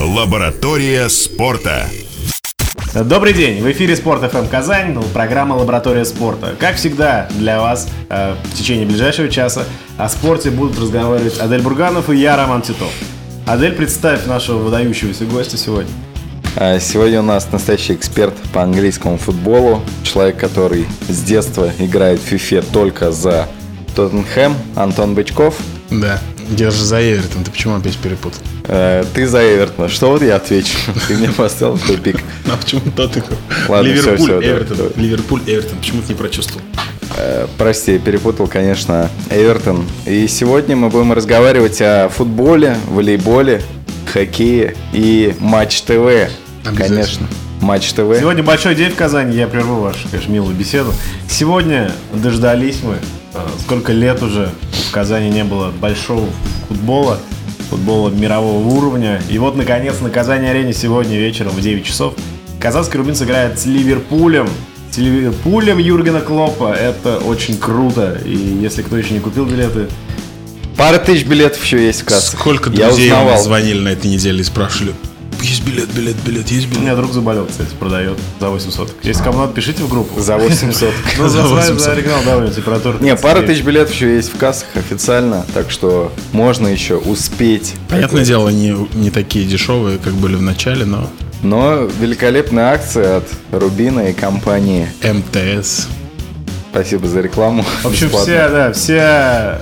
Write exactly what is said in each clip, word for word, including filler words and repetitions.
Лаборатория спорта. Добрый день, в эфире Спорт эф эм Казань, ну, программа «Лаборатория спорта». Как всегда, для вас э, в течение ближайшего часа о спорте будут разговаривать Адель Бурганов и я, Роман Титов. Адель, представь нашего выдающегося гостя сегодня. Сегодня у нас настоящий эксперт по английскому футболу. Человек, который с детства играет в фифе только за Тоттенхэм, Антон Бычков. Да, я же за Эвертон, ты почему опять перепутал? Э, ты за Эвертон. Что вот я отвечу? Ты мне поставил в тупик. А почему Тоттенхэм? Ладно, Ливерпуль, все, все, Эвертон. да. Ливерпуль, Эвертон. Почему ты не прочувствовал? Э, прости, я перепутал, конечно, Эвертон. И сегодня мы будем разговаривать о футболе, волейболе, хоккее и Матч ТВ. Конечно, Матч ТВ. Сегодня большой день в Казани, я прерву вашу, конечно, милую беседу. Сегодня дождались мы, сколько лет уже в Казани не было большого футбола, футбола мирового уровня. И вот, наконец, на Казани-арене сегодня вечером в девять часов казанский Рубин сыграет с Ливерпулем. С Ливерпулем Юргена Клоппа. Это очень круто. И если кто еще не купил билеты... Пара тысяч билетов еще есть в кассах. Сколько друзей мне звонили на этой неделе и спрашивали: есть билет, билет, билет, есть билет. У меня друг заболел, кстати, продает за восемьсот. Если кому надо, пишите в группу. За восемьсот. Ну, за оригинал, да, температура. Не, пара тысяч билетов еще есть в кассах официально, так что можно еще успеть. Понятное дело, не, не такие дешевые, как были в начале, но... Но великолепная акция от Рубина и компании эм тэ эс. Спасибо за рекламу. В общем, вся, да, вся,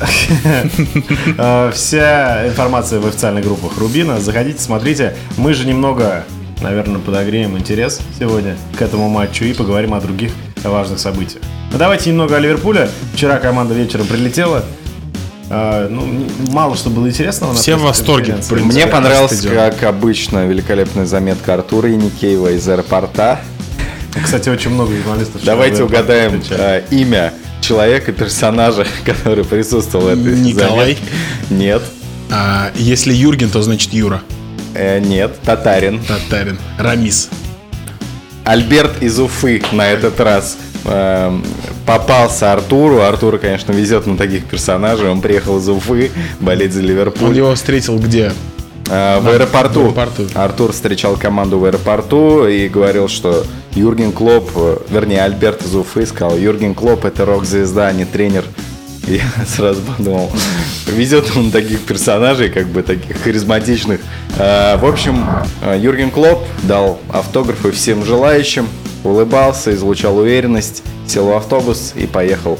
вся информация в официальных группах Рубина. Заходите, смотрите. Мы же немного, наверное, подогреем интерес сегодня к этому матчу и поговорим о других важных событиях. Но давайте немного о Ливерпуле. Вчера команда вечером прилетела. Uh, ну, мало что было интересного. Все в восторге. Мне понравилась, как обычно, великолепная заметка Артура Яникеева из аэропорта. Кстати, очень много журналистов. Давайте угадаем э, имя человека, персонажа, который присутствовал в этой Николай? заметке. Нет. А если Юрген, то значит Юра. Э, нет, Татарин. Татарин. Рамис. Альберт из Уфы на этот раз э, попался Артуру. Артур, конечно, везет на таких персонажей. Он приехал из Уфы болеть за Ливерпуль. Он его встретил где? Э, в, аэропорту. в аэропорту. Артур встречал команду в аэропорту и говорил, что Юрген Клопп, вернее, Альберт из Уфы сказал: Юрген Клопп — это рок-звезда, а не тренер. И я сразу подумал, везет он таких персонажей, как бы таких харизматичных. А, в общем, Юрген Клопп дал автографы всем желающим, улыбался, излучал уверенность, сел в автобус и поехал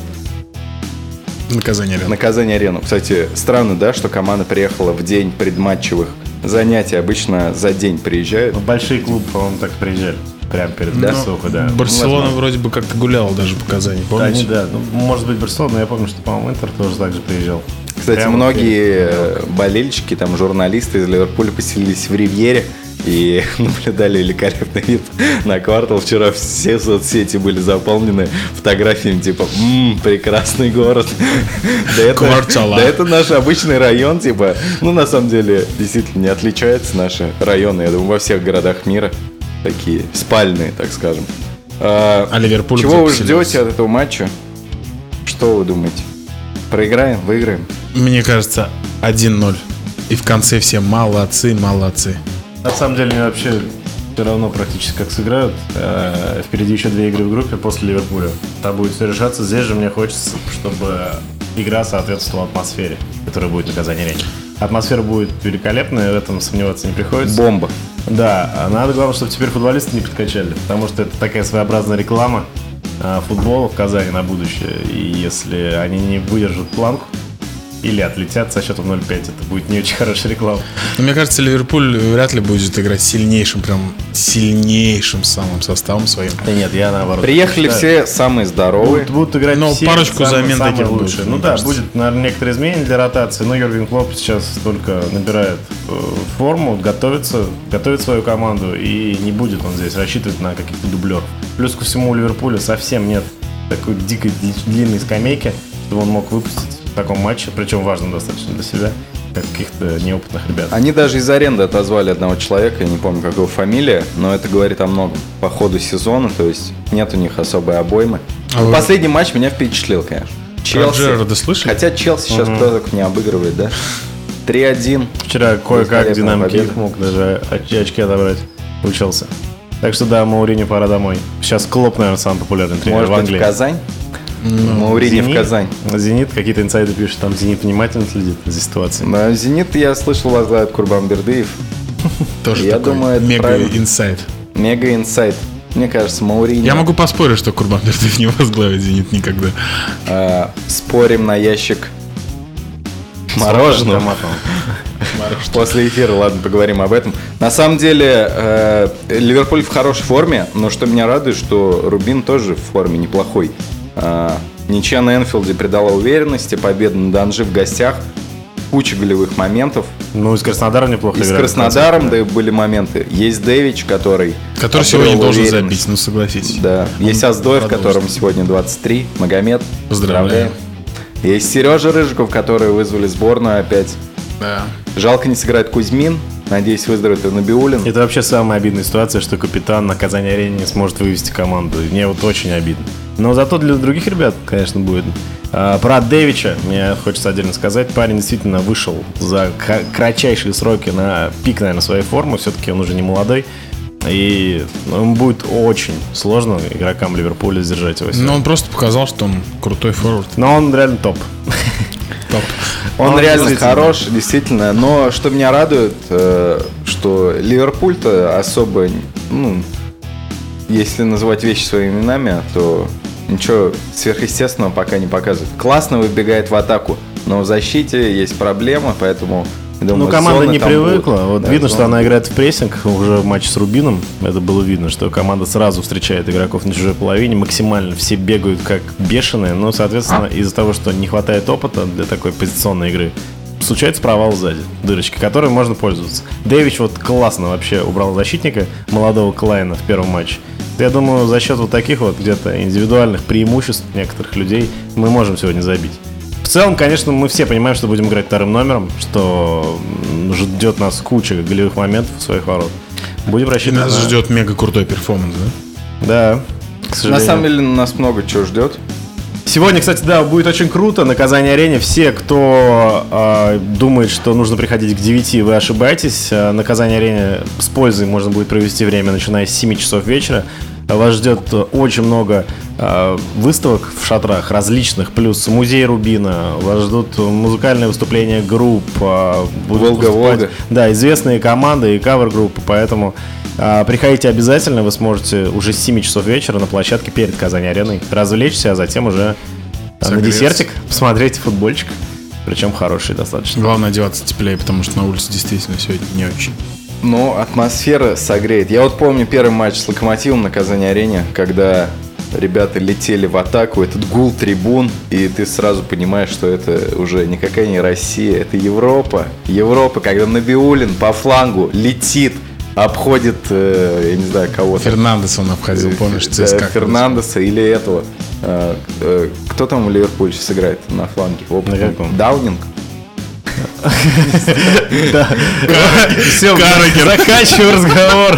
на Казань-арену. На Казань-арену. Кстати, странно, да, что команда приехала в день предматчевых занятий. Обычно за день приезжают. В большие клубы, по-моему, так приезжали. Прямо перед Барселоной, да. Барселона ну, вроде бы как-то гуляла даже по Казани, помните? Да, да. Ну, может быть, Барселона, но я помню, что, по-моему, Интер тоже так же приезжал. Кстати, прямо многие перед... болельщики, там, журналисты из Ливерпуля поселились в Ривьере и наблюдали великолепный вид на квартал. Вчера все соцсети были заполнены фотографиями типа «Ммм, прекрасный город». Да это, да это наш обычный район, типа. Ну, на самом деле, действительно не отличаются наши районы, я думаю, во всех городах мира. Такие спальные, так скажем. А, а Ливерпуль чего вы ждете от этого матча? Что вы думаете? Проиграем? Выиграем? Мне кажется, один ноль. И в конце все молодцы, молодцы. На самом деле, мне вообще все равно практически как сыграют. А, впереди еще две игры в группе после Ливерпуля. Там будет все решаться. Здесь же мне хочется, чтобы игра соответствовала атмосфере, которая будет на Казани-арене. Атмосфера будет великолепная, в этом сомневаться не приходится. Бомба. Да, надо, главное, чтобы теперь футболисты не подкачали, потому что это такая своеобразная реклама э, футбола в Казани на будущее. И если они не выдержат планку или отлетят со счетом ноль пять, это будет не очень хорошая реклама. Но мне кажется, Ливерпуль вряд ли будет играть сильнейшим, прям сильнейшим самым составом своим. Да нет, я наоборот. Приехали все самые здоровые. Будут, будут играть но все, парочку самые, замен самые таких лучшие. будет. Ну да, кажется. Будет, наверное, некоторые изменения для ротации. Но Юрген Клопп сейчас только набирает э, форму, готовится, готовит свою команду. И не будет он здесь рассчитывать на каких-то дублеров. Плюс ко всему у Ливерпуля совсем нет такой дикой длинной скамейки, чтобы он мог выпустить в таком матче, причем важно достаточно для себя, как каких-то неопытных ребят. Они даже из аренды отозвали одного человека, я не помню, как его фамилия, но это говорит о многом по ходу сезона, то есть нет у них особой обоймы. А последний вы... матч меня впечатлил, конечно. Челси. Джерарда слышали? Хотя Челси сейчас uh-huh. кто-то не обыгрывает, да? три один. Вчера кое-как Динамо Киев мог даже очки отобрать. Учился. Так что да, Мауриньо пора домой. Сейчас Клоп, наверное, самый популярный тренер Может в Англии. Может в Казань? Ну, Мауриньо в Казань. Зенит, какие-то инсайды пишут, там Зенит внимательно следит за ситуацией. Да, Зенит, я слышал, возглавит Курбанбердыев. Тоже я такой думаю, мега-инсайд. Мега-инсайд. Мне кажется, Мауриньо... Я могу поспорить, что Курбанбердыев не возглавит Зенит никогда. А, спорим на ящик мороженого. После эфира, ладно, поговорим об этом. На самом деле, э, Ливерпуль в хорошей форме, но что меня радует, что Рубин тоже в форме неплохой. Э, ничья на Энфилде придала уверенности, победа над Анжи в гостях, куча голевых моментов. Ну, и с Краснодаром неплохо играли. И с Краснодаром, да, были моменты. Есть Дэвич, который... Который сегодня должен забить, ну, согласитесь. Да. Он есть Аздоев, которому сегодня двадцать три. Магомед. Поздравляю. Есть Сережа Рыжиков, который вызвали сборную опять. Да. Жалко, не сыграет Кузьмин. Надеюсь, выздоровеет и Набиуллин. Это вообще самая обидная ситуация, что капитан на Казани-арене не сможет вывести команду. И мне вот очень обидно. Но зато для других ребят, конечно, будет. А, про Дэвича мне хочется отдельно сказать. Парень действительно вышел за кратчайшие сроки на пик, наверное, своей формы. Все-таки он уже не молодой. И ну, будет очень сложно игрокам Ливерпуля сдержать его. Но он просто показал, что он крутой форвард. Но он реально топ. Топ. Он, он реально действительно хорош, действительно. Но что меня радует, что Ливерпуль-то особо, ну, если называть вещи своими именами, то ничего сверхъестественного пока не показывает. Классно выбегает в атаку, но в защите есть проблемы, поэтому... Думаю, ну, команда не привыкла. Будет. Вот да, видно, зона. Что она играет в прессинг. Уже в матче с Рубином это было видно, что команда сразу встречает игроков на чужой половине. Максимально все бегают как бешеные. Но, соответственно, а? из-за того, что не хватает опыта для такой позиционной игры, случается провал сзади, дырочки, которой можно пользоваться. Дэвич вот классно вообще убрал защитника молодого Клайна в первом матче. Я думаю, за счет вот таких вот где-то индивидуальных преимуществ некоторых людей мы можем сегодня забить. В целом, конечно, мы все понимаем, что будем играть вторым номером, что ждет нас куча голевых моментов в своих ворот. Будем рассчитывать. Нас на... ждет мега крутой перформанс, да? Да, к сожалению. На самом деле нас много чего ждет. Сегодня, кстати, да, будет очень круто на Казани-арене. Все, кто э, думает, что нужно приходить к девяти, вы ошибаетесь. На Казани-арене с пользой можно будет провести время, начиная с семи часов вечера. Вас ждет очень много э, выставок в шатрах различных, плюс музей Рубина. Вас ждут музыкальные выступления групп. Э, Волга-Волга. Да, известные команды и кавер-группы, поэтому э, приходите обязательно. Вы сможете уже с семи часов вечера на площадке перед Казани-ареной развлечься, а затем уже э, на десертик посмотреть футбольчик. Причем хороший достаточно. Главное одеваться теплее, потому что на улице действительно сегодня не очень. Ну, атмосфера согреет. Я вот помню первый матч с Локомотивом на Казани-арене, когда ребята летели в атаку, этот гул трибун, и ты сразу понимаешь, что это уже никакая не Россия, это Европа. Европа, когда Набиуллин по флангу летит, обходит, э, я не знаю, кого-то. Фернандеса он обходил, помнишь, ЦСКА. Фернандеса или этого. Э, э, кто там в Ливерпуле сейчас играет на фланге? Даунинг? Да. Все, заканчиваем разговор.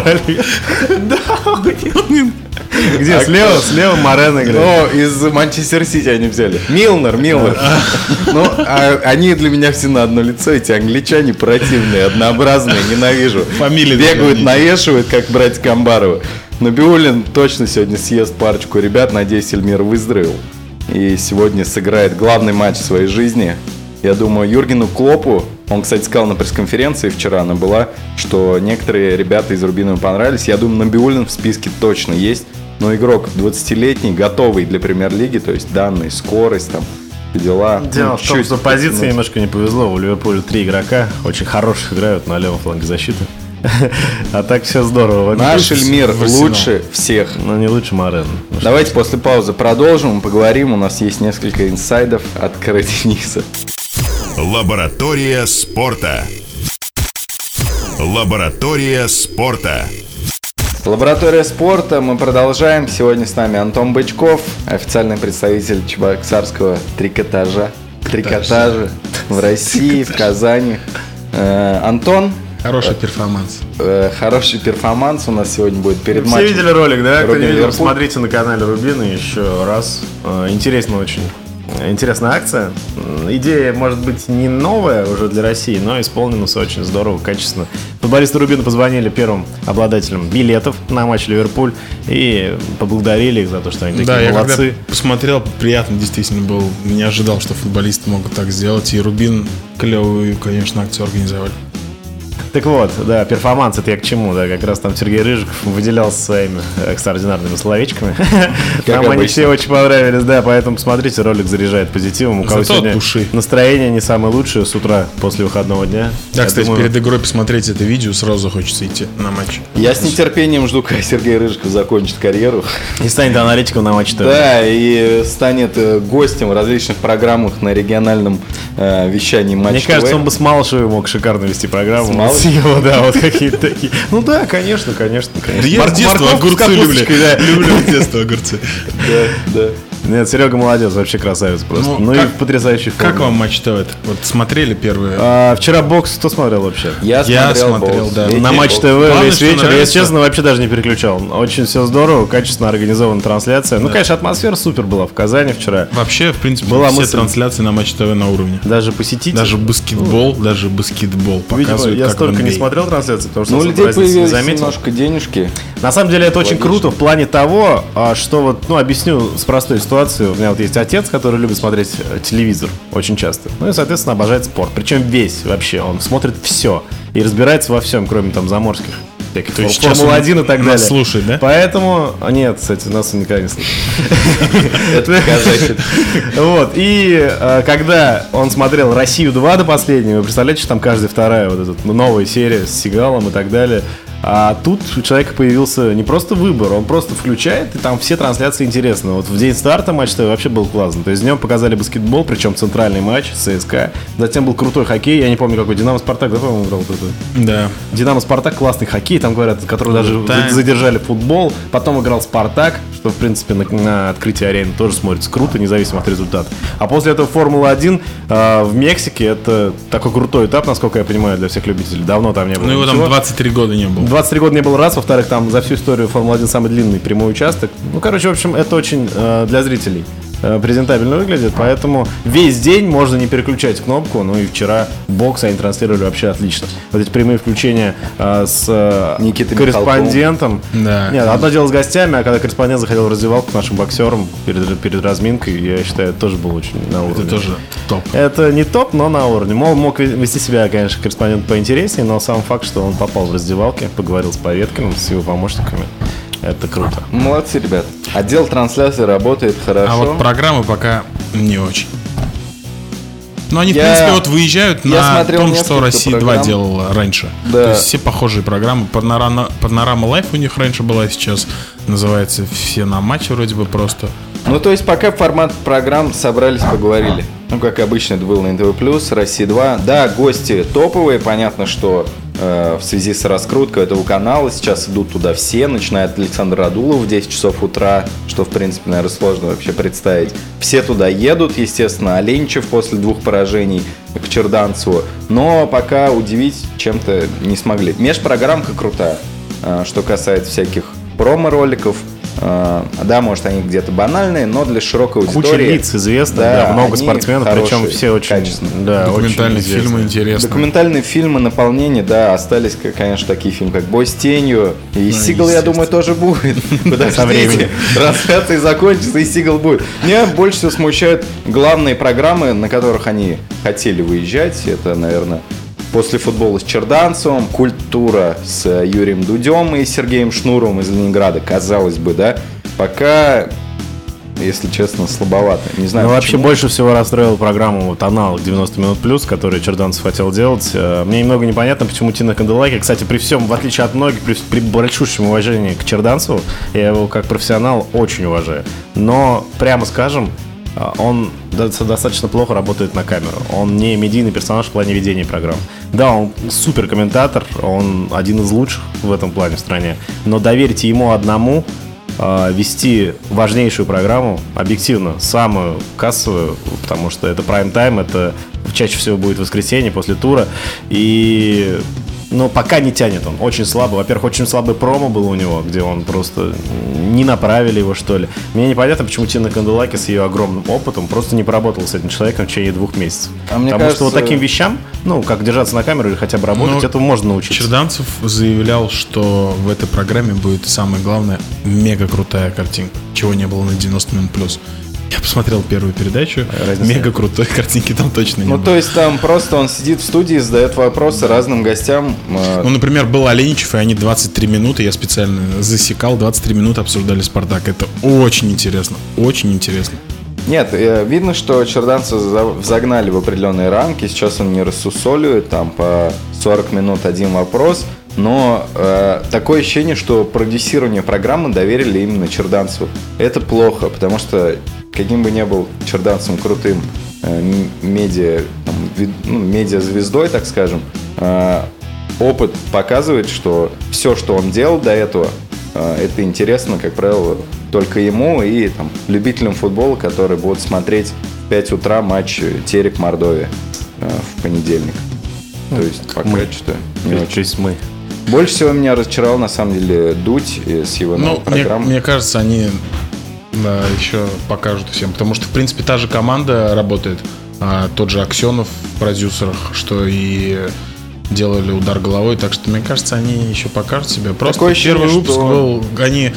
Где? Слева? Слева Морено играет. Ну, из Манчестер Сити они взяли. Милнер, Милнер. Ну, они для меня все на одно лицо. Эти англичане противные, однообразные, ненавижу. Фамилии бегают, навешивают, как братья Камбаровы. Набиуллин точно сегодня съест парочку ребят. Надеюсь, Эльмир выздоровел. И сегодня сыграет главный матч в своей жизни. Я думаю, Юргену Клопу, он, кстати, сказал на пресс-конференции вчера, она была, что некоторые ребята из Рубина ему понравились. Я думаю, Набиуллин в списке точно есть. Но игрок двадцатилетний, готовый для премьер-лиги, то есть данные, скорость, там, дела. Дело ну, в том, что позиции немножко не повезло. У Ливерпуля три игрока, очень хороших играют на левом фланге защиты. А так все здорово. Наш Эльмир лучше всех. Но не лучше Морено. Давайте после паузы продолжим, поговорим. У нас есть несколько инсайдов от Карадениса. Лаборатория спорта. Лаборатория спорта. Лаборатория спорта. Мы продолжаем. Сегодня с нами Антон Бычков, официальный представитель чебоксарского трикотажа. Трикотажа в России, в Казани. Э, Антон. Хороший перформанс. Э, хороший перформанс у нас сегодня будет перед Все матчем. Все видели ролик, да? Кто не видел, смотрите на канале Рубина еще раз. Э, интересно очень. интересная акция. Идея, может быть, не новая уже для России, но исполнена все очень здорово, качественно. Футболисты Рубина позвонили первым обладателям билетов на матч Ливерпуль и поблагодарили их за то, что они такие да, молодцы. Я когда посмотрел, приятно действительно был. Не ожидал, что футболисты могут так сделать. И Рубин клевую, конечно, акцию организовали. Так вот, да, перформанс, это я к чему, да, как раз там Сергей Рыжиков выделялся своими экстраординарными словечками. Нам они все очень понравились, да, поэтому посмотрите, ролик заряжает позитивом. У кого сегодня настроение не самое лучшее с утра после выходного дня. Да, кстати, перед игрой посмотреть это видео, сразу хочется идти на матч. Я с нетерпением жду, когда Сергей Рыжиков закончит карьеру. И станет аналитиком на матче ТВ. Да, и станет гостем в различных программах на региональном вещании матча ТВ. Мне кажется, он бы с Малышевой мог шикарно вести программу. С Малышевой? Его, да, вот какие-то такие. Ну да, конечно, конечно, конечно. Да я с детства огурцы люблю. Люблю с детства огурцы. Да, да. Нет, Серега молодец, вообще красавец просто. Ну, ну как, и потрясающий форме. Как вам матч ТВ? Вот смотрели первые? А, вчера бокс кто смотрел вообще? Я, Я смотрел, смотрел, да. На матч ТВ весь вечер. Я, честно, вообще даже не переключал. Очень все здорово, качественно организована трансляция. Ну, да. Конечно, атмосфера супер была в Казани вчера. Вообще, в принципе, была все мысль. Трансляции на матч ТВ на уровне. Даже посетить. Даже баскетбол, ну, даже баскетбол показывают. Я столько не смотрел трансляции, потому что ну, у людей появились немножко денежки. На самом деле это очень круто в плане того, что вот, ну, объясню с простой ситуацией. У меня вот есть отец, который любит смотреть телевизор очень часто. Ну и, соответственно, обожает спорт. Причем весь вообще. Он смотрит все. И разбирается во всем, кроме там заморских. То есть Формула один и так далее. Нас слушает, да? Поэтому... Нет, кстати, нас он никогда не слушает. Это показатель. Вот. И когда он смотрел «Россию два» до последнего, вы представляете, что там каждая вторая вот эта новая серия с Сигалом и так далее. А тут у человека появился не просто выбор, он просто включает, и там все трансляции интересны. Вот в день старта матча вообще был классно. То есть днем показали баскетбол, причем центральный матч, ЦСКА. Затем был крутой хоккей, я не помню какой, Динамо-Спартак, да, по-моему, играл вот это? Да. Динамо-Спартак, классный хоккей, там говорят, который даже да. задержали футбол. Потом играл Спартак, что, в принципе, на, на открытии арены тоже смотрится круто, независимо от результата. А после этого Формула один э, в Мексике, это такой крутой этап, насколько я понимаю, для всех любителей. Давно там не было. Ну, его там двадцать три года не было. двадцать три года не было раз, во-вторых, там за всю историю Формула один самый длинный прямой участок. Ну, короче, в общем, это очень э, для зрителей э, презентабельно выглядит, поэтому весь день можно не переключать кнопку. Ну и вчера бокс они транслировали вообще отлично. Вот эти прямые включения э, с э, корреспондентом. Да. Нет, одно дело с гостями, а когда корреспондент заходил в раздевалку к нашим боксерам перед, перед разминкой, я считаю, это тоже было очень на уровне. Это тоже топ. Это не топ, но на уровне. Мол, мог вести себя, конечно, корреспондент поинтереснее, но сам факт, что он попал в раздевалке, поговорил с Поветкиным, с его помощниками, это круто. Молодцы, ребят. Отдел трансляции работает хорошо. А вот программы пока не очень. Но они, я, в принципе, вот выезжают на том, что Россия два делала раньше. Да. То есть все похожие программы. Панорама, Панорама Лайф у них раньше была, сейчас называется «Все на матче» вроде бы просто. Ну, то есть пока формат программ собрались, поговорили. Ну, как обычно, это было на эн тэ вэ плюс, Россия два. Да, гости топовые. Понятно, что э, в связи с раскруткой этого канала сейчас идут туда все. Начиная от Александра Радулова в десять часов утра, что, в принципе, наверное, сложно вообще представить. Все туда едут, естественно. Оленичев после двух поражений к Черданцеву. Но пока удивить чем-то не смогли. Межпрограммка крутая. Э, что касается всяких промо-роликов. Uh, да, может, они где-то банальные, но для широкой аудитории. Куча лиц известно, да, да, много спортсменов, причем все очень качественные. Да, документальные очень фильмы интересные. Документальные фильмы, наполнение, да, остались, конечно, такие фильмы, как «Бой с тенью». И ну, «Сигал», я думаю, тоже будет. Подождите, трансляции закончатся, и «Сигал» будет. Меня больше всего смущают главные программы, на которых они хотели выезжать. Это, наверное, «После футбола» с Черданцевым, «Культура» с Юрием Дудем и Сергеем Шнуровым из Ленинграда. Казалось бы, да? Пока, если честно, слабовато. Не знаю, ну, вообще больше всего расстроила программу вот аналог девяносто минут плюс, который Черданцев хотел делать. Мне немного непонятно, почему Тина Канделаки, кстати, при всем, в отличие от многих, при, при большущем уважении к Черданцеву, я его как профессионал очень уважаю. Но, прямо скажем, он достаточно плохо работает на камеру. Он не медийный персонаж в плане ведения программ. Да, он супер комментатор, он один из лучших в этом плане в стране. Но доверьте ему одному э, вести важнейшую программу, объективно, самую кассовую, потому что это прайм-тайм, это чаще всего будет воскресенье после тура. И но пока не тянет он. Очень слабо. Во-первых, очень слабый промо был у него, где он просто не направили его, что ли. Мне непонятно, почему Тина Канделаки с ее огромным опытом просто не поработал с этим человеком в течение двух месяцев. А мне Потому кажется... что вот таким вещам, ну, как держаться на камеру или хотя бы работать, Но этому можно научиться. Черданцев заявлял, что в этой программе будет самое главное мега крутая картинка, чего не было на девяносто минут плюс. Я посмотрел первую передачу, Разница мега крутой картинки там точно не Ну, было. то есть там просто он сидит в студии, задает вопросы разным гостям. э, Ну, например, был Оленичев, и они двадцать три минуты, я специально засекал, двадцать три минуты обсуждали «Спартак». Это очень интересно, очень интересно. Нет, э, видно, что Черданцева за- загнали в определенные рамки. Сейчас он не рассусоливает, там по сорок минут один вопрос. Но э, такое ощущение, что продюсирование программы доверили именно Черданцеву. Это плохо, потому что каким бы ни был Черданцевым крутым э, м- медиа, там, ви- ну, медиазвездой, так скажем, э, опыт показывает, что все, что он делал до этого, э, это интересно, как правило, только ему и там, любителям футбола, которые будут смотреть в пять утра матч Терек-Мордовия э, в понедельник. То есть пока мы. что не очень. То есть мы. Больше всего меня разочаровал, на самом деле, Дудь э, с его новой Ну, мне, программой. мне кажется, они да, еще покажут всем. Потому что, в принципе, та же команда работает. А, тот же Аксенов в продюсерах, что и делали «Удар головой». Так что, мне кажется, они еще покажут себя. Просто Такое ощущение, первый выпуск что- был... Они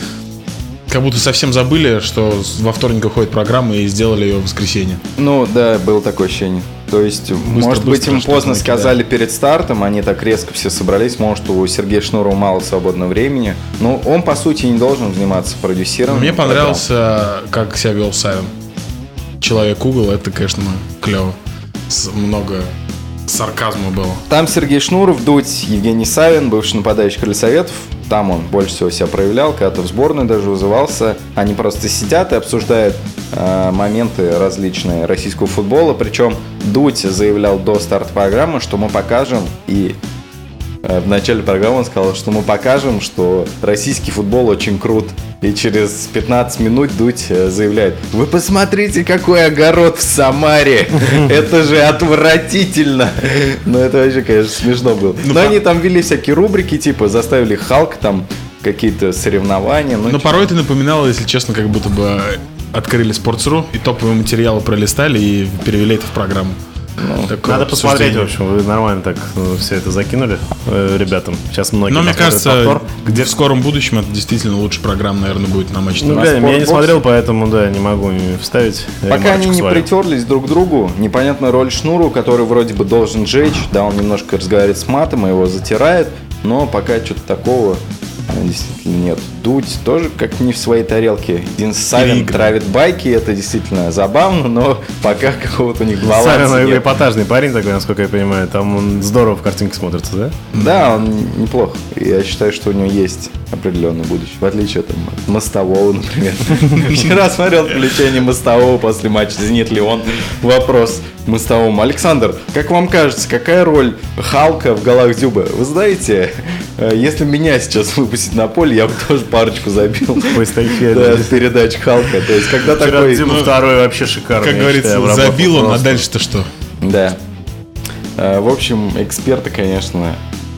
как будто совсем забыли, что во вторник выходит программа, и сделали ее в воскресенье. Ну, да, было такое ощущение. То есть, может быть, быстро им что-то поздно накидали. сказали перед стартом, они так резко все собрались. Может, у Сергея Шнурова мало свободного времени. Но он, по сути, не должен заниматься продюсированием. Мне программ. понравился, как себя вел Савин. Человек-угол, это, конечно, клево. С- Много сарказма было. Там Сергей Шнуров, Дудь, Евгений Савин, бывший нападающий Крылья Советов. Там он больше всего себя проявлял, когда-то в сборную даже вызывался. Они просто сидят и обсуждают э, моменты различные российского футбола. Причем Дудь заявлял до старта программы, что мы покажем, и э, в начале программы он сказал, что мы покажем, что российский футбол очень крут. И через пятнадцать минут Дудь э, заявляет: вы посмотрите, какой огород в Самаре. Это же отвратительно. Ну, это вообще, конечно, смешно было. Но они там вели всякие рубрики, типа заставили Халк там какие-то соревнования. Ну, Но порой это напоминало, если честно, как будто бы открыли Sports.ru и топовые материалы пролистали и перевели это в программу. Такое Надо посмотреть, в обсуждение. общем, вы нормально так ну, все это закинули э, ребятам. Сейчас многие Но мне посмотрят кажется, повтор. где в скором будущем это действительно лучшая программа, наверное, будет на Матч Ну, ТВ. глянем, я не Спортбоксе. смотрел, поэтому, да, не могу вставить Пока они ремарочку не свою. притерлись друг к другу, непонятная роль Шнуру, который вроде бы должен жечь, да, он немножко разговаривает с матом, и его затирает, но пока что-то такого э, действительно нет. Дудь тоже как не в своей тарелке. Дин Савин Переигран. травит байки, это действительно забавно, но пока какого-то у них баланса Савин нет. эпатажный парень такой, насколько я понимаю. Там он здорово в картинке смотрится, да? Да, он неплох. Я считаю, что у него есть определенное будущее. В отличие там, от Мостового, например. Вчера смотрел включение Мостового после матча «Зенит-Леон». Вопрос Мостовому: Александр, как вам кажется, какая роль Халка в голах Дзюбы? Вы знаете, э, если меня сейчас выпустить на поле, я бы тоже парочку забил. По стойке. Да, передач Халка. То есть, когда Вчера такой... Дима ну, второй вообще шикарный. Как я говорится, считаю, обработал забил он, а просто. дальше-то что? Да. Э, В общем, эксперты, конечно,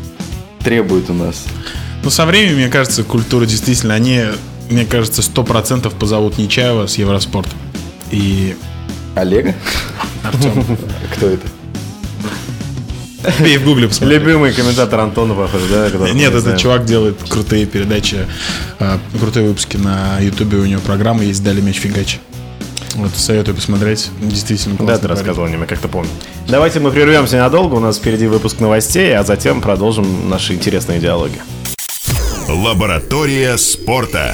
требуют у нас. Ну, со временем, мне кажется, культура действительно, они, мне кажется, сто процентов позовут Нечаева с Евроспорта. И Олега? Артем. Кто это? И в гугле посмотри. Любимый комментатор Антона, похоже, да? которого мы Нет, этот знаем. чувак делает крутые передачи, а, крутые выпуски на Ютубе. У него программа есть «Дали мяч фигач». Вот, советую посмотреть. Действительно Да, классный ты парень. рассказывал мне, я как-то помню. Давайте мы прервемся ненадолго, у нас впереди выпуск новостей, а затем продолжим наши интересные диалоги. Лаборатория спорта.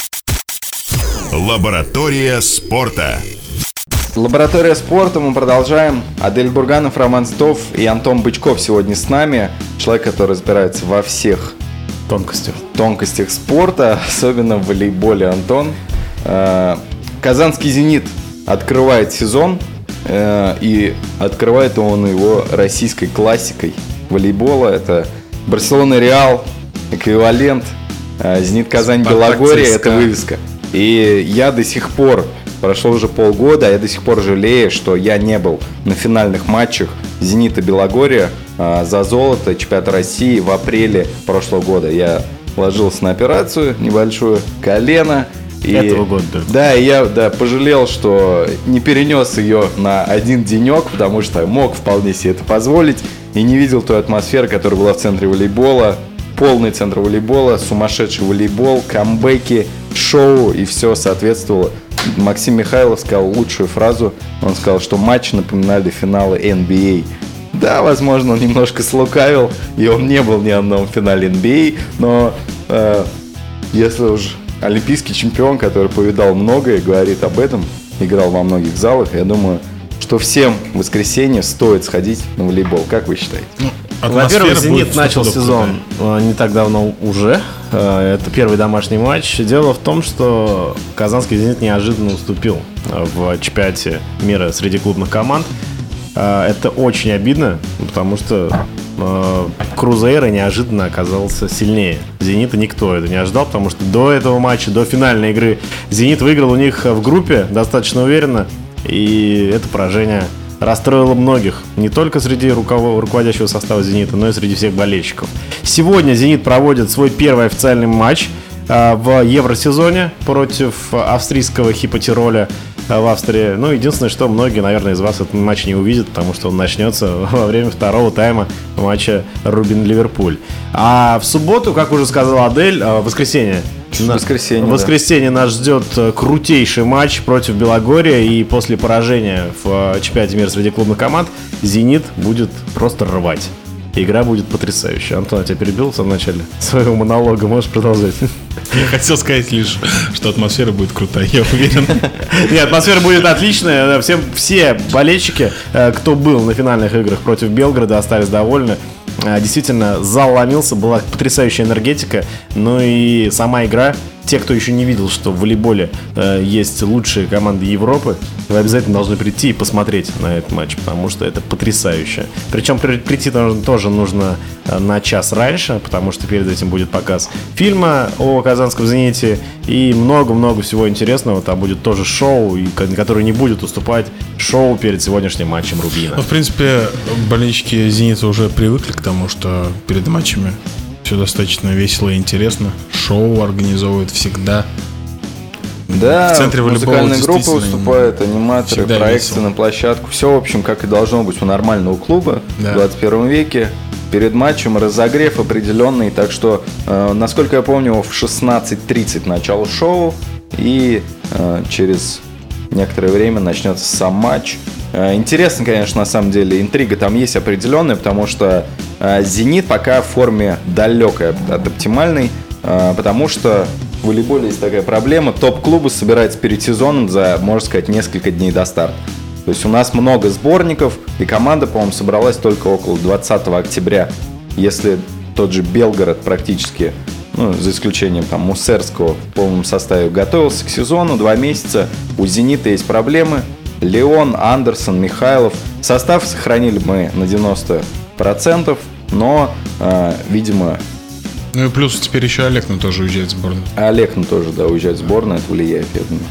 Лаборатория спорта. Лаборатория спорта, мы продолжаем. Адель Бурганов, Роман Титов и Антон Бычков сегодня с нами. Человек, который разбирается во всех Тонкостью. тонкостях спорта, особенно в волейболе. Антон. Э, Казанский «Зенит» открывает сезон, э, и открывает он его российской классикой волейбола. Это Барселона Реал, эквивалент, э, Зенит Казань Спартак Белогорье, ЦСКА. это вывеска. И я до сих пор, прошло уже полгода, я до сих пор жалею, что я не был на финальных матчах Зенита Белогорья э, за золото чемпионата России в апреле прошлого года. Я ложился на операцию небольшую, колено. И, этого года. Да, и я да, пожалел, что не перенес ее на один денек, потому что мог вполне себе это позволить. И не видел той атмосферы, которая была в центре волейбола. Полный центр волейбола, сумасшедший волейбол, камбэки, шоу, и все соответствовало. Максим Михайлов сказал лучшую фразу. Он сказал, что матчи напоминали финалы эн би эй. Да, возможно, он немножко слукавил, и он не был ни в одном финале эн би эй, но э, если уж олимпийский чемпион, который повидал многое, говорит об этом, играл во многих залах, я думаю, что всем в воскресенье стоит сходить на волейбол. Как вы считаете? Во-первых, «Зенит» начал сезон не так давно уже. Это первый домашний матч. Дело в том, что казанский «Зенит» неожиданно уступил в чемпионате мира среди клубных команд. Это очень обидно, потому что Крузейро неожиданно оказался сильнее «Зенита». Никто это не ожидал, потому что до этого матча, до финальной игры «Зенит» выиграл у них в группе достаточно уверенно. И это поражение расстроило многих, не только среди руководящего состава «Зенита», но и среди всех болельщиков. Сегодня «Зенит» проводит свой первый официальный матч в Евросезоне против австрийского Хипо Тироля в Австрии. Ну, единственное, что многие, наверное, из вас этот матч не увидят, потому что он начнется во время второго тайма матча Рубин-Ливерпуль. А в субботу, как уже сказал Адель, в воскресенье, В воскресенье, в воскресенье да. нас ждет крутейший матч против Белогорья. И после поражения в чемпионате мира среди клубных команд «Зенит» будет просто рвать. Игра будет потрясающая. Антон, я тебя перебил в самом начале своего монолога. Можешь продолжать? Я хотел сказать лишь, что атмосфера будет крутая, я уверен. Нет, атмосфера будет отличная. Все, все болельщики, кто был на финальных играх против Белграда, остались довольны. Действительно, зал ломился, была потрясающая энергетика. Ну и сама игра. Те, кто еще не видел, что в волейболе э, есть лучшие команды Европы, вы обязательно должны прийти и посмотреть на этот матч, потому что это потрясающе. Причем при, прийти тоже нужно э, на час раньше, потому что перед этим будет показ фильма о казанском «Зените» и много-много всего интересного. Там будет тоже шоу, и, которое не будет уступать шоу перед сегодняшним матчем Рубина. Ну, в принципе, болельщики «Зенита» уже привыкли к тому, что перед матчами все достаточно весело и интересно. Шоу организовывают всегда. Да, в центре музыкальная группа выступает, аниматоры, проекции весело. На площадку. Все, в общем, как и должно быть у нормального клуба да. в двадцать первом веке. Перед матчем разогрев определенный. Так что, э, насколько я помню, в шестнадцать тридцать начало шоу. И э, через некоторое время начнется сам матч. Интересно, конечно, на самом деле, интрига там есть определенная, потому что э, «Зенит» пока в форме далекой от, от оптимальной, э, потому что в волейболе есть такая проблема. Топ-клубы собираются перед сезоном за, можно сказать, несколько дней до старта. То есть у нас много сборников, и команда, по-моему, собралась только около двадцатого октября. Если тот же Белгород практически, ну, за исключением там Мусерского, в полном составе готовился к сезону, два месяца, у «Зенита» есть проблемы. Леон, Андерсон, Михайлов. Состав сохранили мы на девяносто процентов, но, э, видимо... Ну и плюс теперь еще Олекна тоже уезжает в сборную. Олекна тоже, да, уезжает в сборную, это влияет, я думаю.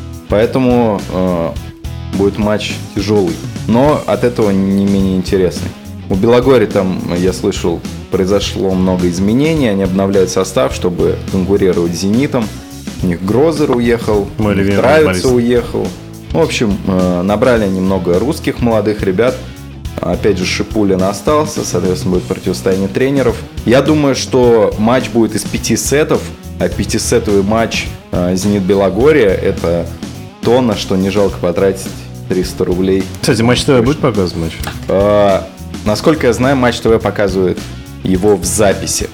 Поэтому э, будет матч тяжелый, но от этого не менее интересный. У Белогорья там, я слышал, произошло много изменений, они обновляют состав, чтобы конкурировать с «Зенитом». У них Грозер уехал, Травица уехал. В общем, набрали немного русских молодых ребят. Опять же, Шипулин остался, соответственно, будет противостояние тренеров. Я думаю, что матч будет из пяти сетов, а пятисетовый матч «Зенит-Белогорье» — это то, на что не жалко потратить триста рублей. Кстати, Матч ТВ будет показывать матч? А, насколько я знаю, Матч ТВ показывает его в записи.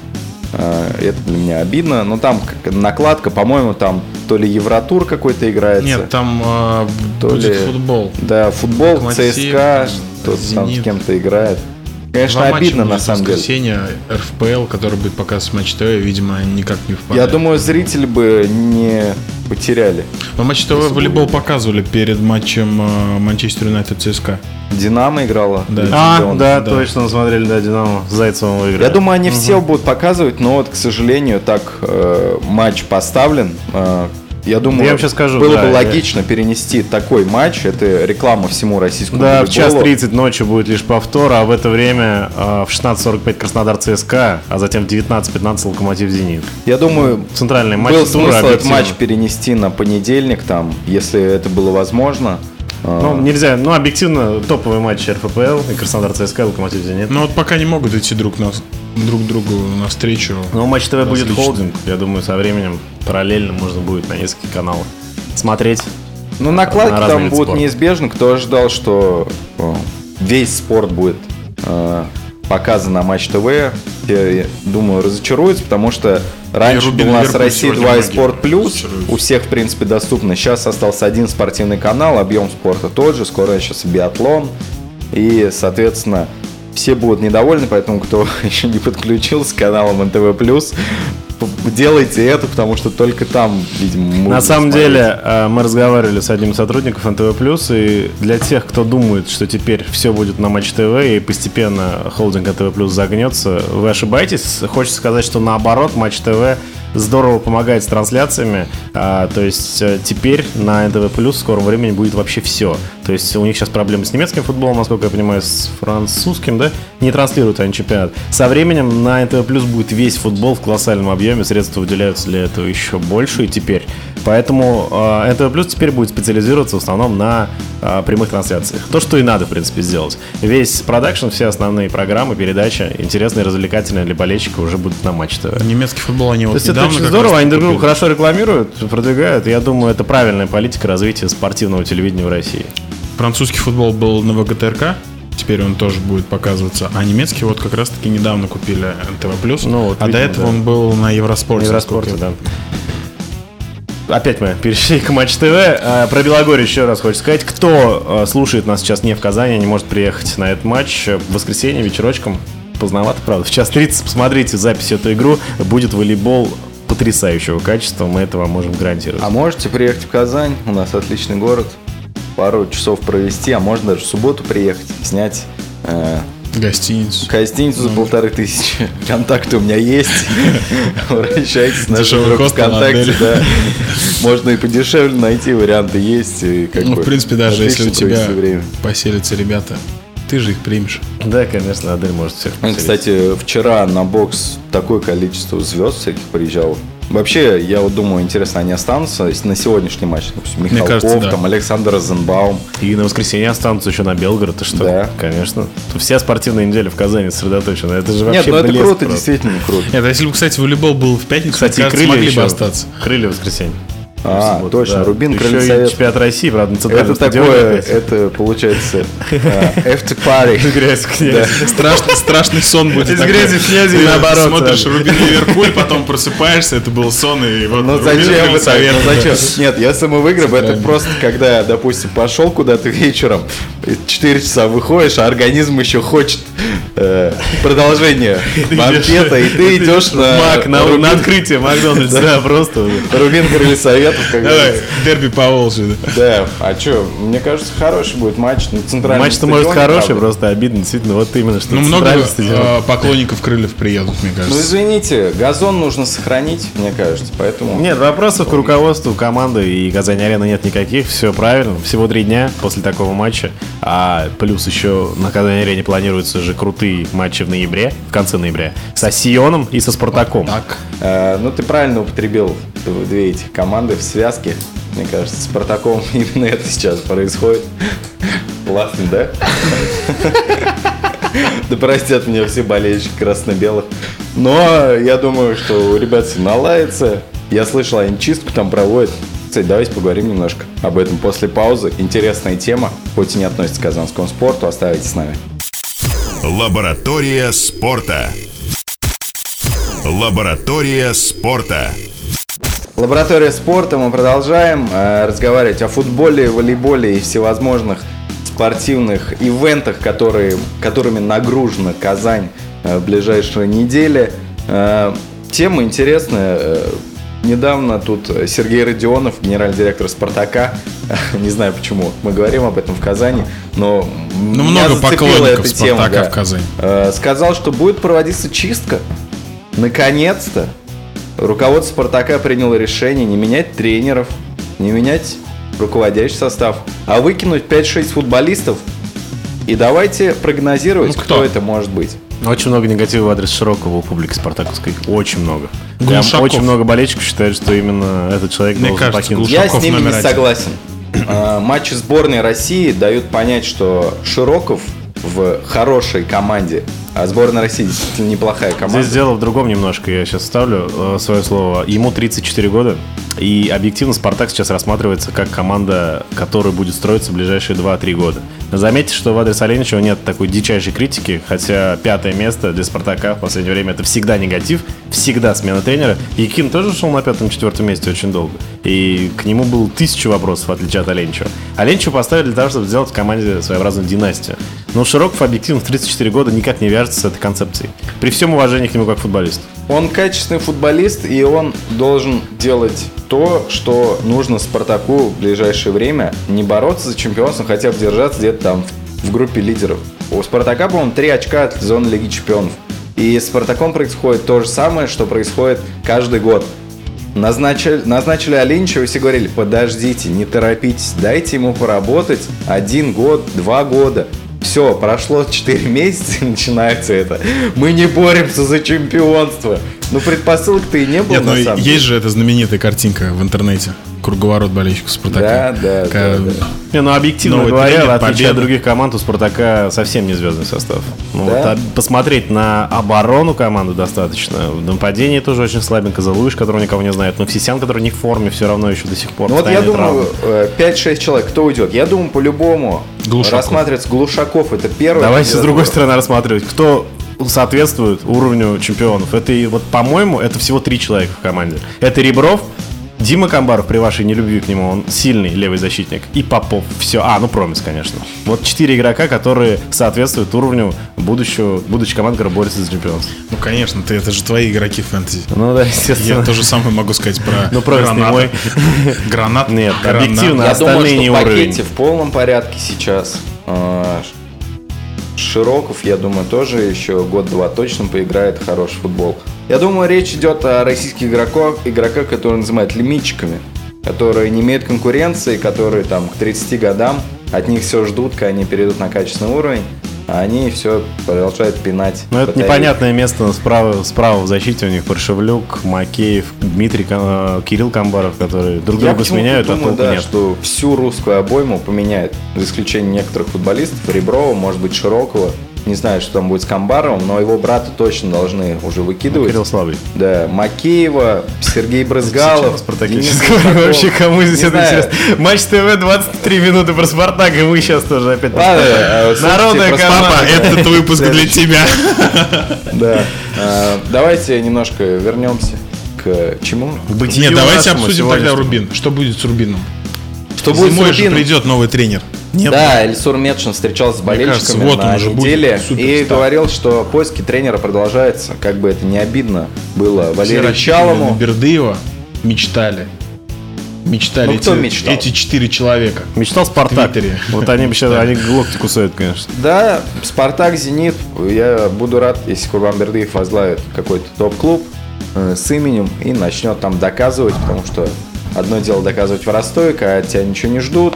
Это для меня обидно. Но там накладка, по-моему, там то ли Евротур какой-то играется. Нет, там э, то будет ли... футбол. Да, футбол, Локомотив, ЦСКА, кто-то там с кем-то играет. Конечно, Два обидно на матча самом деле. В воскресенье эр эф пэ эл, который будет показывать Матч ТВ, видимо, никак не впадает. Я думаю, зрители бы не потеряли. Но Матч ТВ волейбол показывали перед матчем э, Манчестер Юнайтед ЦСКА. Динамо играла. Да. А, да, да, да, точно смотрели, да, Динамо с Зайцевым выиграли. Я думаю, они угу. все будут показывать, но вот, к сожалению, так э, матч поставлен. Э, Я думаю, Я вам сейчас скажу, было да, бы я- логично перенести такой матч. Это реклама всему российскому Да, в волейболу. час тридцать ночи будет лишь повтор, а в это время э, в шестнадцать сорок пять Краснодар ЦСКА, а затем в девятнадцать пятнадцать Локомотив Зенит. Я думаю, Центральный матч был тура смысл этот объективно. матч перенести на понедельник, там, если это было возможно. Ну, нельзя, ну, объективно топовый матч эр эф пэ эл и Краснодар ЦСКА, Локомотив Зенит. Ну вот пока не могут идти друг, на, друг другу навстречу. Но Матч ТВ будет Различно. холдинг. Я думаю, со временем параллельно можно будет на нескольких каналах смотреть. Ну, накладки на разные там виды будут спорта. неизбежны. Кто ожидал, что э, весь спорт будет э, показан на Матч ТВ, я думаю, разочаруется, потому что раньше Рубин был у нас Ливерпуль Россия сегодня два и многие Спорт Плюс, разочаруются. у всех, в принципе, доступно. Сейчас остался один спортивный канал, объем спорта тот же, скоро сейчас и биатлон. И, соответственно, все будут недовольны, поэтому кто еще не подключился к каналам эн тэ вэ плюс, делайте это, потому что только там, видимо, можно На самом смотреть. деле, э, мы разговаривали с одним из сотрудников эн тэ вэ плюс, и для тех, кто думает, что теперь все будет на Матч ТВ и постепенно холдинг эн тэ вэ плюс загнется, вы ошибаетесь. Хочется сказать, что наоборот, Матч ТВ здорово помогает с трансляциями. А, то есть э, теперь на эн тэ вэ плюс в скором времени будет вообще все. То есть у них сейчас проблемы с немецким футболом, насколько я понимаю, с французским, да? Не транслируют они чемпионат. Со временем на эн тэ вэ плюс будет весь футбол в колоссальном объеме, средства выделяются для этого еще больше и теперь. Поэтому э, эн тэ вэ плюс теперь будет специализироваться в основном на э, прямых трансляциях. То, что и надо, в принципе, сделать. Весь продакшн, все основные программы, передачи, интересные, развлекательные для болельщика уже будут на Матч ТВ. Немецкий футбол они То вот есть это недавно очень как здорово, раз они друг друга купили. хорошо рекламируют, продвигают. Я думаю, это правильная политика развития спортивного телевидения в России. Французский футбол был на вэ гэ тэ эр ка, теперь он тоже будет показываться. А немецкий вот как раз-таки недавно купили эн тэ вэ плюс, Ну вот, а до видимо, этого да. он был на Евроспорте. В Евроспорте, насколько да. Опять мы перешли к Матч ТВ. А, Про Белогорье еще раз хочу сказать. Кто а, слушает нас сейчас не в Казани, не может приехать на этот матч в воскресенье вечерочком. Поздновато, правда. В час тридцать посмотрите запись эту игру. Будет волейбол потрясающего качества. Мы это вам можем гарантировать. А можете приехать в Казань, у нас отличный город, пару часов провести, а можно даже в субботу приехать, снять э, Гостиницу. гостиницу за полторы тысячи. Контакты у меня есть. Обращайтесь на Дешевый хостел, ВКонтакте. отель. Да. Можно и подешевле найти, варианты есть. И как Ну, бы в принципе, даже если у отлично тебя провести время. поселятся ребята, ты же их примешь. Да, конечно, Адель может всех Ну, потерять. кстати, вчера на бокс такое количество звезд всяких приезжало. Вообще, я вот думаю, интересно, они останутся на сегодняшний матч? Допустим, Мне Михалков, кажется, да. там, Александр Розенбаум. И на воскресенье останутся еще на Белгород. Ты что? Да. Конечно. Тут вся спортивная неделя в Казани сосредоточена. Это же вообще Нет, ну это блеск круто, просто. действительно круто. Нет, а если бы, кстати, волейбол был в пятницу, Кстати, мне и кажется, крылья могли еще. бы остаться. Крылья в воскресенье. А, В субботу, точно, да. Рубин, Еще Крылья и Советов. чемпионат России, правда, на центральном Это стадионе такое, опять. это получается э, after party. Грязь в князе. Страшный, страшный сон будет. Из такой. грязи в князи Ты наоборот смотришь сразу. Рубин Ливерпуль, потом просыпаешься, это был сон, и вот Ну Рубин зачем Крылья вы так? Советов, Ну да. зачем? Нет, если мы выиграем, это просто когда, допустим, пошел куда-то вечером, и четыре часа выходишь, а организм еще хочет э, продолжения банкета, и ты идешь на Мак, на, Рубин- на открытие Макдональдса, да, просто. Рубин Крылья Советов, как Давай, говорится. дерби по Волжье. да. Да, а что, мне кажется, хороший будет матч на центральном Матч-то может стадионе, хороший, правда. просто обидно, действительно, вот именно, что Ну, много центральный стадион. э, поклонников крыльев приедут, мне Ну, кажется. извините, газон нужно сохранить, мне кажется, поэтому... Нет, вопросов к руководству команды и Казань-Арены нет никаких, все правильно. Всего три дня после такого матча. А плюс еще на Казань-Арене планируются же крутые матчи в ноябре, в конце ноября, со Сионом и со Спартаком. Так. Э, ну, ты правильно употребил две эти команды в связке. Мне кажется, с Спартаком именно это сейчас происходит. Классно, да? Да простят меня все болельщики красно-белых. Но я думаю, что у ребят все наладится. Я слышал, они чистку там проводят. Кстати, давайте поговорим немножко об этом после паузы. Интересная тема, хоть и не относится к казанскому спорту. Оставайтесь с нами. Лаборатория спорта. Лаборатория спорта. Лаборатория спорта. Мы продолжаем э, разговаривать о футболе, волейболе и всевозможных спортивных ивентах, которые, которыми нагружена Казань э, в ближайшие недели. Э, тема интересная. Э, недавно тут Сергей Родионов, генеральный директор «Спартака», не знаю почему мы говорим об этом в Казани, но Ну, меня много зацепила поклонников эта тема, «Спартака» да. в Казани. Э, сказал, что будет проводиться чистка. Наконец-то. руководство «Спартака» приняло решение не менять тренеров, не менять руководящий состав, а выкинуть пять-шесть футболистов. И давайте прогнозировать, Ну, кто? кто это может быть. Очень много негатива в адрес Широкого у публики спартаковской. Очень много. Прям Глушаков. очень много болельщиков считают, что именно этот человек Мне должен кажется, покинуть. Я Глушаков с ними номер не один. согласен. А, Матчи сборной России дают понять, что Широков в хорошей команде, а сборная России действительно неплохая команда. Здесь дело в другом немножко, я сейчас ставлю э, свое слово. Ему тридцать четыре года, и объективно «Спартак» сейчас рассматривается как команда, которая будет строиться в ближайшие два-три года. Заметьте, что в адрес Аленичева нет такой дичайшей критики, хотя пятое место для «Спартака» в последнее время — это всегда негатив, всегда смена тренера. Якин тоже шел на пятом-четвертом месте очень долго, и к нему было тысяча вопросов, в отличие от Аленичева. Аленичева поставили для того, чтобы сделать в команде своеобразную династию. Но Широков объективно в тридцать четыре года никак не вяжется с этой концепцией. При всем уважении к нему как футболисту. Он качественный футболист, и он должен делать то, что нужно «Спартаку» в ближайшее время. Не бороться за чемпионство, хотя бы держаться где-то там в группе лидеров. У «Спартака», по-моему, три очка от зоны Лиги Чемпионов. И с «Спартаком» происходит то же самое, что происходит каждый год. Назначили, назначили Аленичева, и все говорили: подождите, не торопитесь, дайте ему поработать один год, два года. Все, прошло четыре месяца, и начинается это. Мы не боремся за чемпионство. Ну, предпосылок-то и не было, Нет, на ну самом есть деле. же эта знаменитая картинка в интернете. Круговорот болельщиков «Спартака». Да, да, Какая- да, да. Не, ну объективно Новый говоря, тренер, в отличие победа. от других команд, у «Спартака» совсем не звездный состав. Ну, Да? вот, а посмотреть на оборону команды достаточно. В нападении тоже очень слабенько. Залуиш, которого никого не знает. Но Фисян, который не в форме, все равно еще до сих пор. Ну вот я постоянные думаю, травмы. э, пять-шесть человек, кто уйдет? Я думаю, по-любому Глушаков. рассматривается Глушаков, это первый. Давайте с кандидат. другой стороны рассматривать, кто соответствует уровню чемпионов. Это и вот, по-моему, это всего три человека в команде. Это Ребров, Дима Камбаров, при вашей нелюбви к нему, он сильный левый защитник, и Попов. Все. А, ну Промис, конечно. Вот четыре игрока, которые соответствуют уровню будущего, будущей команды, которая борется за чемпионство. Ну, конечно, ты, это же твои игроки фэнтези. Ну да, естественно. Я то же самое могу сказать про Ну, Промис не Граната. мой. Гранат. Нет, Гранат. объективно. Я думаю, остальные что не в уровень. пакете в полном порядке сейчас. А, Широков, я думаю, тоже еще год-два точно поиграет в хороший футбол. Я думаю, речь идет о российских игроках, игроках, которые называют лимитчиками, которые не имеют конкуренции, которые там к тридцати годам от них все ждут, когда они перейдут на качественный уровень, а они все продолжают пинать. Ну, это батареи. непонятное место справа, справа в защите у них Паршевлюк, Макеев, Дмитрий, Кам- Кирилл Камбаров, которые друг Я друга почему-то сменяют, а думаю, толку да, нет. что всю русскую обойму поменяют, за исключением некоторых футболистов, Реброва, может быть, Широкого. Не знаю, что там будет с Камбаровым, но его брата точно должны уже выкидывать. Кирилл слабый. Да, Макеева, Сергей Брызгалов. Денис Сейчас Гусаков. вообще кому здесь Не это знаю. интересно? Матч ТВ двадцать три минуты про «Спартак», и мы сейчас тоже опять... Ладно, а, слушайте, Народная про команда. Папа, «Спартак», этот выпуск для тебя. Да. А, Давайте немножко вернемся к чему? Бытию Нет, давайте нашему обсудим тогда сегодняшнему. Рубин. Что будет с Рубином? Что будет с Зимой же Рубином? придет новый тренер. Нет? Да, Эльсур Метшин встречался с болельщиками кажется, вот он на уже будет неделе и суперстар. говорил, что поиски тренера продолжаются. Как бы это не обидно было Все Валерию рассчитывали на Чалому. Бердыева, мечтали. Мечтали Ну, кто эти, мечтал? эти четыре человека. Мечтал «Спартак». В Твиттере. Вот они бы сейчас, они локти кусают, конечно. Да, Спартак, Зенит. Я буду рад, если Курбан Бердыев возглавит какой-то топ-клуб э, с именем и начнет там доказывать, потому что одно дело доказывать в Ростове, когда от тебя ничего не ждут.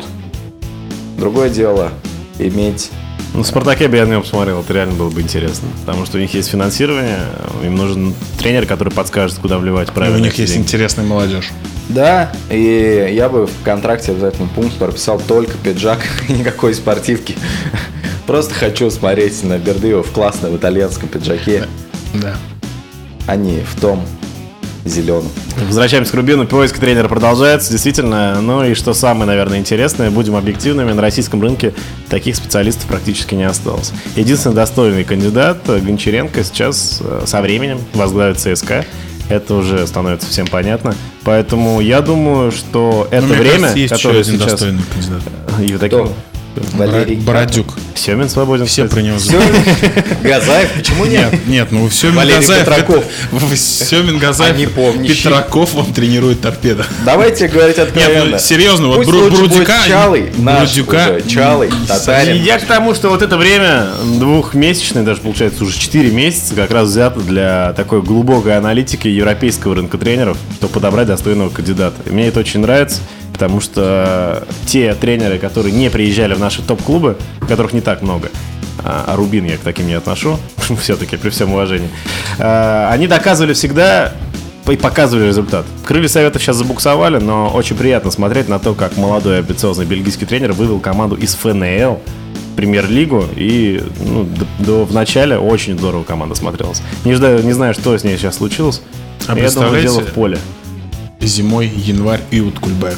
Другое дело иметь... Ну, в «Спартаке» бы я на него посмотрел, это реально было бы интересно. Потому что у них есть финансирование, им нужен тренер, который подскажет, куда вливать И правильно. у них эти есть деньги. интересная молодежь. Да, и я бы в контракте обязательно пункт прописал только пиджак и никакой спортивки. Просто хочу смотреть на Бердыева в классном итальянском пиджаке, Да. а не в том зеленом. Возвращаемся к Рубину. Поиск тренера продолжается, действительно. Ну и что самое, наверное, интересное, будем объективными, на российском рынке таких специалистов практически не осталось. Единственный достойный кандидат, Гончаренко, сейчас э, со временем возглавит ЦСКА. Это уже становится всем понятно. Поэтому я думаю, что это Ну, мне время, кажется, есть еще которое один сейчас... достойный кандидат. Евдокимов. Валерий Бородюк. Семин свободен. Все кстати. про него Все, знают. Газаев, почему нет? Нет, нет, ну Семин Валерий Газаев. Петраков. это- Семин Газаев. А не помнящий. Петраков вам тренирует торпеда. Давайте говорить откровенно. Нет, ну, серьезно, вот Пусть Бру- лучше будет Брудика- Чалый, наш Брудика- уже, Чалый, татарин. Я к тому, что вот это время двухмесячное, даже получается уже четыре месяца, как раз взято для такой глубокой аналитики европейского рынка тренеров, чтобы подобрать достойного кандидата. И мне это очень нравится, потому что те тренеры, которые не приезжали в наши топ-клубы, которых не так много, а а Рубин я к таким не отношу, все-таки при всем уважении, а, они доказывали всегда и показывали результат. Крылья Советов сейчас забуксовали, но очень приятно смотреть на то, как молодой амбициозный бельгийский тренер вывел команду из эф эн эл в премьер-лигу, и ну, до, до- в начале очень здорово команда смотрелась. Не, ждаю, не знаю, что с ней сейчас случилось. А Я думаю, представляете, дело в поле. зимой, январь и вот Кульбаев.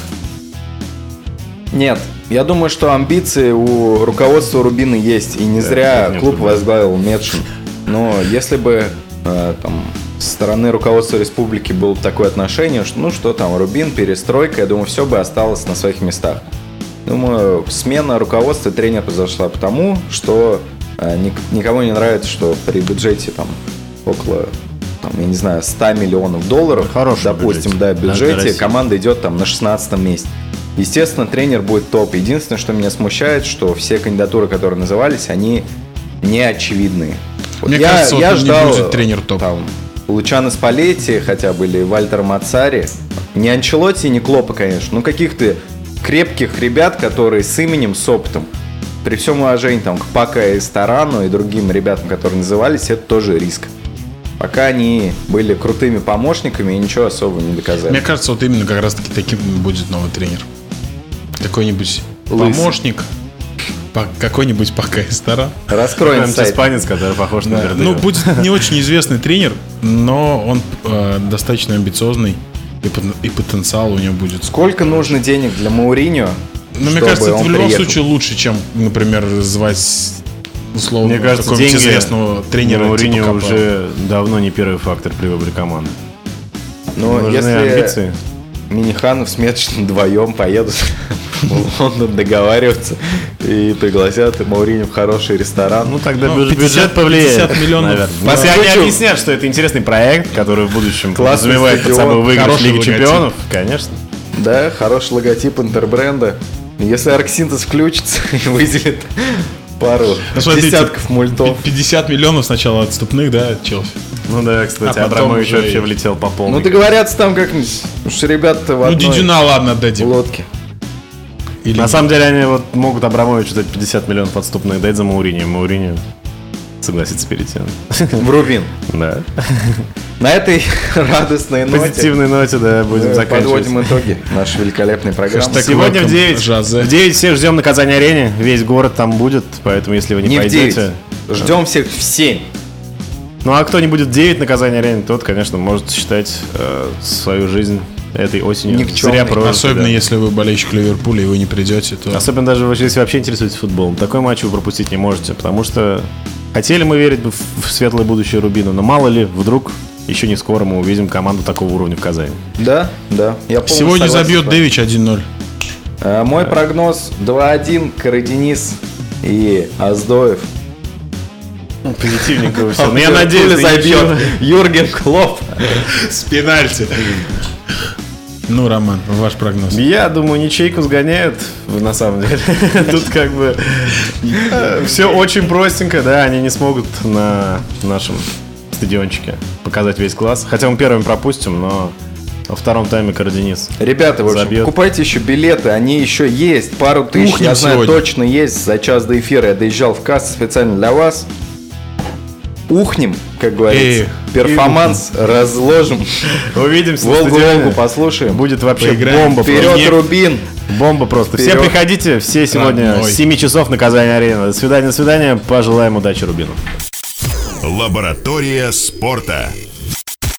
Нет, я думаю, что амбиции у руководства Рубина есть, и не зря нет, клуб нет. возглавил Медшин. Но если бы э, там со стороны руководства республики было такое отношение, что ну что там, Рубин, перестройка, я думаю, все бы осталось на своих местах. Думаю, смена руководства тренера произошла потому, что э, ник- никому не нравится, что при бюджете там около, там, я не знаю, ста миллионов долларов, Хороший допустим, бюджет. да, Даже для бюджете, России. команда идет там на шестнадцатом месте. Естественно, тренер будет топ. Единственное, что меня смущает, что все кандидатуры, которые назывались, они не очевидные. Вот Мне я, кажется, вот я не ждал будет тренер топ. там Лучано Спалетти хотя бы или Вальтер Мацари. Не Анчелотти, не Клопа, конечно, но каких-то крепких ребят, которые с именем, с опытом. При всем уважении там, к Пака и Старану и другим ребятам, которые назывались, это тоже риск. Пока они были крутыми помощниками и ничего особо не доказали. Мне кажется, вот именно как раз-таки таким будет новый тренер. Какой-нибудь Лысый. помощник, по- какой-нибудь пока и стара. Раскроем Прям сайт. испанец, который похож на Бердыева. Ну, будет не очень известный тренер, но он э, достаточно амбициозный, и, пот- и потенциал у него будет. Сколько нужно денег для Мауриньо? Но мне чтобы кажется, это он в любом приехал? случае лучше, чем, например, звать условно Мне кажется, какого-нибудь деньги известного тренера. Мауриньо типа Капелло. уже давно не первый фактор при выборе команды. Но Нужны если амбиции. Миниханов с Медшиным вдвоем поедут в Лондон договариваться и пригласят Мауриньо в хороший ресторан. Ну, тогда Ну, бюджет пятьдесят повлияет. пятьдесят миллионов. наверное. Да. Если они Хочу- объяснят, что это интересный проект, который в будущем Классный подразумевает под стадион, собой выигрыш хороший Лиги логотип. Чемпионов, конечно. Да, хороший логотип интербренда. Если Арксинтез включится и выделит пару Ну, смотрите, десятков мультов. пятьдесят миллионов сначала отступных, да, от Челси. Ну да, кстати, А потом Абрамович уже вообще и- влетел по полной. Ну договорятся там как-нибудь. Уж ребята в Ну, одной Дидюна, ладно, отдадим. лодке. Или На самом деле они вот могут Абрамовичу дать пятьдесят миллионов отступных дать за Мауриньо. Мауриньо согласится перейти. В Рубин. Да. На этой радостной ноте Позитивной ноте, да, будем мы заканчивать. подводим итоги нашей великолепной программы. Хэштег Сегодня в welcome, девять. Жозе. В девять всех ждем на Казань-арене. Весь город там будет, поэтому если вы не, Не в пойдете... девять. Ждем всех в семь. Ну а кто не будет в девять на Казань-арене, тот, конечно, может считать э, свою жизнь этой осенью Никчемной. зря прожитой, Особенно да. если вы болельщик Ливерпуля и вы не придете, то... Особенно даже если вы вообще интересуетесь футболом. Такой матч вы пропустить не можете, потому что хотели мы верить в, в светлое будущее Рубина, но мало ли, вдруг еще не скоро мы увидим команду такого уровня в Казани. Да, да. Я полностью Сегодня согласен забьет с вами. Дэвич один ноль. А, Мой прогноз два один, Караденис и Аздоев. Позитивненько все. Но я Пуля надеюсь, забьет Юрген Клоп. С пенальти. Ну, Роман, ваш прогноз. Я думаю, ничейку сгоняют, на самом деле. Тут как бы все очень простенько, да, они не смогут на нашем стадиончике показать весь класс. Хотя мы первыми пропустим, но во втором тайме Караденис. Ребята, в общем, Забьет. покупайте еще билеты, они еще есть. Пару тысяч, Ухнем я знаю, сегодня. точно есть. За час до эфира я доезжал в кассу специально для вас. Ухнем, как говорится. Эй, Перформанс разложим. Увидимся на Волгу-Волгу стадионе. послушаем. Будет вообще Поиграем. бомба. Вперед, просто. Рубин! Бомба просто. Все Вперед. приходите, все сегодня Родной. с семи часов на Казань-арене. До свидания, до свидания. Пожелаем удачи Рубину. Лаборатория спорта.